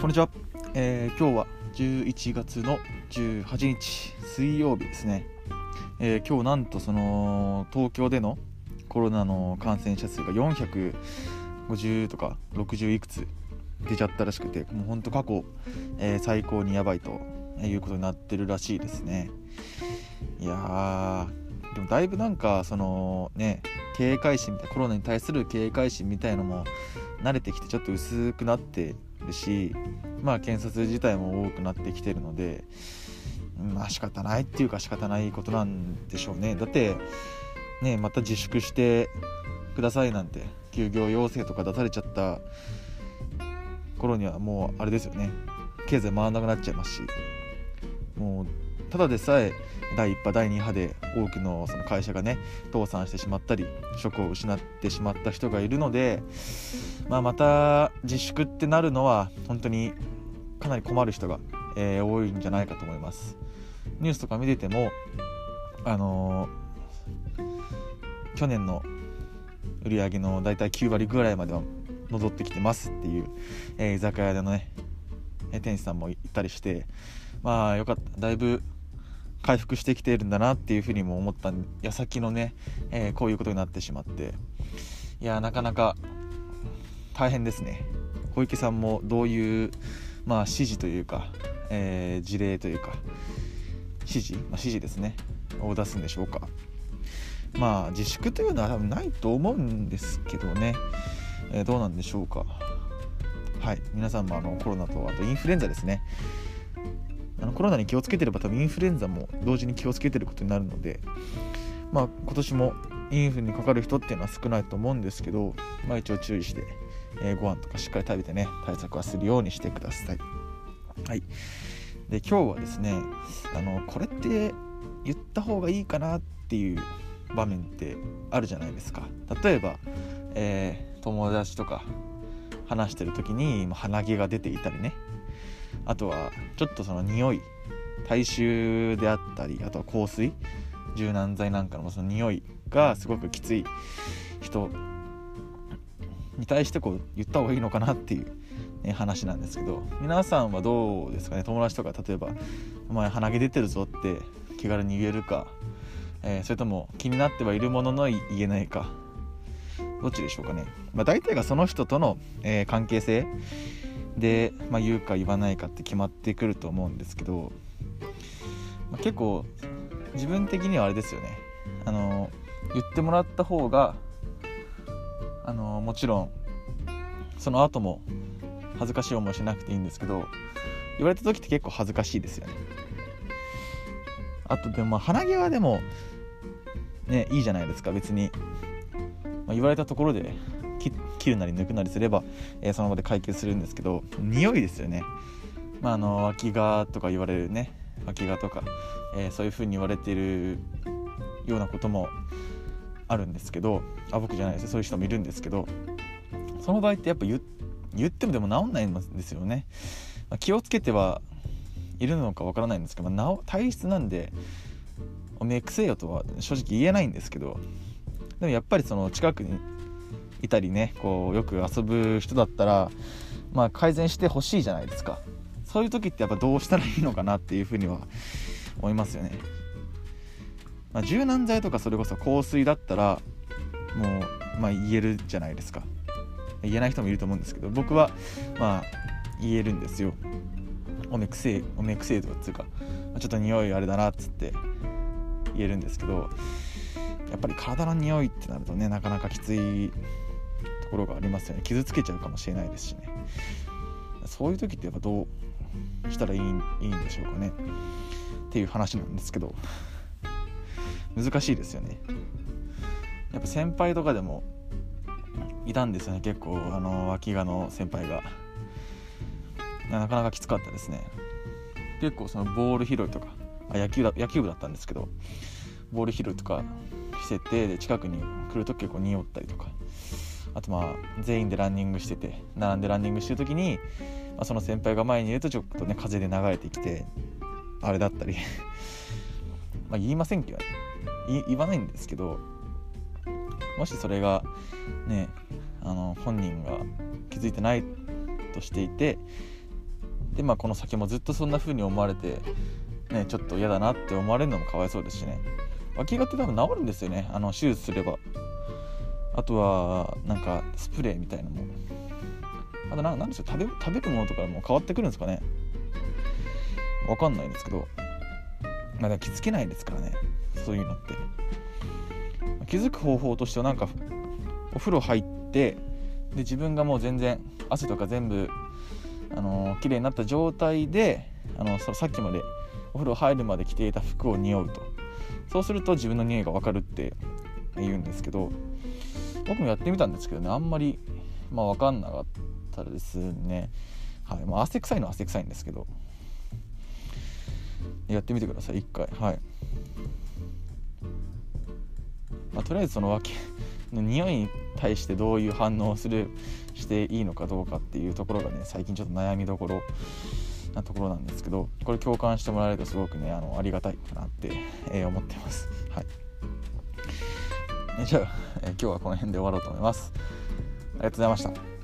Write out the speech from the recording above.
こんにちは。今日は11月の18日水曜日ですね。今日なんと東京でのコロナの感染者数が450とか60いくつ出ちゃったらしくて、もうほんと過去、最高にやばいということになってるらしいですね。いやー、でもだいぶなんか警戒心みたいな、コロナに対する警戒心みたいのも慣れてきてちょっと薄くなってるし、検査数自体も多くなってきてるので、仕方ないっていうか仕方ないことなんでしょうね。だってね、また自粛してくださいなんて休業要請とか出されちゃった頃にはもうあれですよね、経済回らなくなっちゃいますし、もうただでさえ第1波第2波で多くのその会社がね倒産してしまったり職を失ってしまった人がいるので、また自粛ってなるのは本当にかなり困る人が、多いんじゃないかと思います。ニュースとか見てても去年の売り上げのだいたい9割ぐらいまでは戻ってきてますっていう、居酒屋でのね店主さんもいたりして、よかった、だいぶ回復してきているんだなっていうふうにも思った矢先のね、こういうことになってしまって、いやなかなか大変ですね。小池さんもどういう指示というか、事例というか指示ですねを出すんでしょうか。自粛というのは多分ないと思うんですけどね、どうなんでしょうか。はい、皆さんもコロナとあとインフルエンザですね、コロナに気をつけてれば多分インフルエンザも同時に気をつけてることになるので、今年もインフルにかかる人っていうのは少ないと思うんですけど、一応注意して、ご飯とかしっかり食べてね対策はするようにしてください。はい。で今日はですね、これって言った方がいいかなっていう場面ってあるじゃないですか。例えば、友達とか話してる時に鼻毛が出ていたりね、あとはちょっとその匂い、体臭であったり、あとは香水、柔軟剤なんかのその匂いがすごくきつい人に対して言った方がいいのかなっていう、話なんですけど、皆さんはどうですかね。友達とか例えばお前鼻毛出てるぞって気軽に言えるか、それとも気になってはいるものの言えないか、どっちでしょうかね。大体がその人との、関係性で、言うか言わないかって決まってくると思うんですけど、結構自分的にはあれですよね、言ってもらった方がもちろんその後も恥ずかしい思いしなくていいんですけど、言われた時って結構恥ずかしいですよね。あとでも鼻毛はでもねいいじゃないですか。別に、言われたところで切るなり抜くなりすれば、その場で解決するんですけど、匂いですよね。脇がとか言われるね、脇がとか、そういう風に言われているようなこともあるんですけど、僕じゃないですよ、そういう人もいるんですけど、その場合ってやっぱ言ってもでも治んないんですよね。気をつけてはいるのかわからないんですけど、体質なんでおめえくせえよとは正直言えないんですけど、でもやっぱりその近くにいたりね、よく遊ぶ人だったら改善してほしいじゃないですか。そういう時ってやっぱどうしたらいいのかなっていうふうには思いますよね。柔軟剤とかそれこそ香水だったらもう言えるじゃないですか。言えない人もいると思うんですけど、僕は言えるんですよ。おめえくせえとかっていうか、ちょっと匂いあれだなっつって言えるんですけど、やっぱり体の匂いってなるとね、なかなかきついところがありますよね。傷つけちゃうかもしれないですしね。そういう時ってやっぱどうしたらいいんでしょうかねっていう話なんですけど、難しいですよね。やっぱ先輩とかでもいたんですよね、結構脇がの先輩がなかなかきつかったですね。結構そのボール拾いとか、野球部だったんですけど、ボール拾いとかしてて、で近くに来ると結構匂ったりとか、あと全員でランニングしてて、並んでランニングしてる時に、その先輩が前にいるとちょっとね風で流れてきてあれだったり言いませんけど言わないんですけど、もしそれがね本人が気づいてないとしていて、 でこの先もずっとそんな風に思われてね、ちょっと嫌だなって思われるのもかわいそうですしね。脇がって多分治るんですよね、手術すれば。あとはなんかスプレーみたいなのも、あとなんでしょう、食べるものとかも変わってくるんですかね、わかんないんですけど、だから気づけないですからね、そういうのって。気づく方法としてはなんかお風呂入ってで自分がもう全然汗とか全部綺麗になった状態でさっきまでお風呂入るまで着ていた服を匂うと、そうすると自分の匂いが分かるって言うんですけど、僕もやってみたんですけどね、あんまり分かんなかったですね。はい、汗臭いのは汗臭いんですけど、やってみてください一回。はい、とりあえずその脇の匂いに対してどういう反応をしていいのかどうかっていうところがね、最近ちょっと悩みどころなところなんですけど、これ共感してもらえるとすごくねありがたいかなって、思ってます。はい、じゃあ、今日はこの辺で終わろうと思います。ありがとうございました。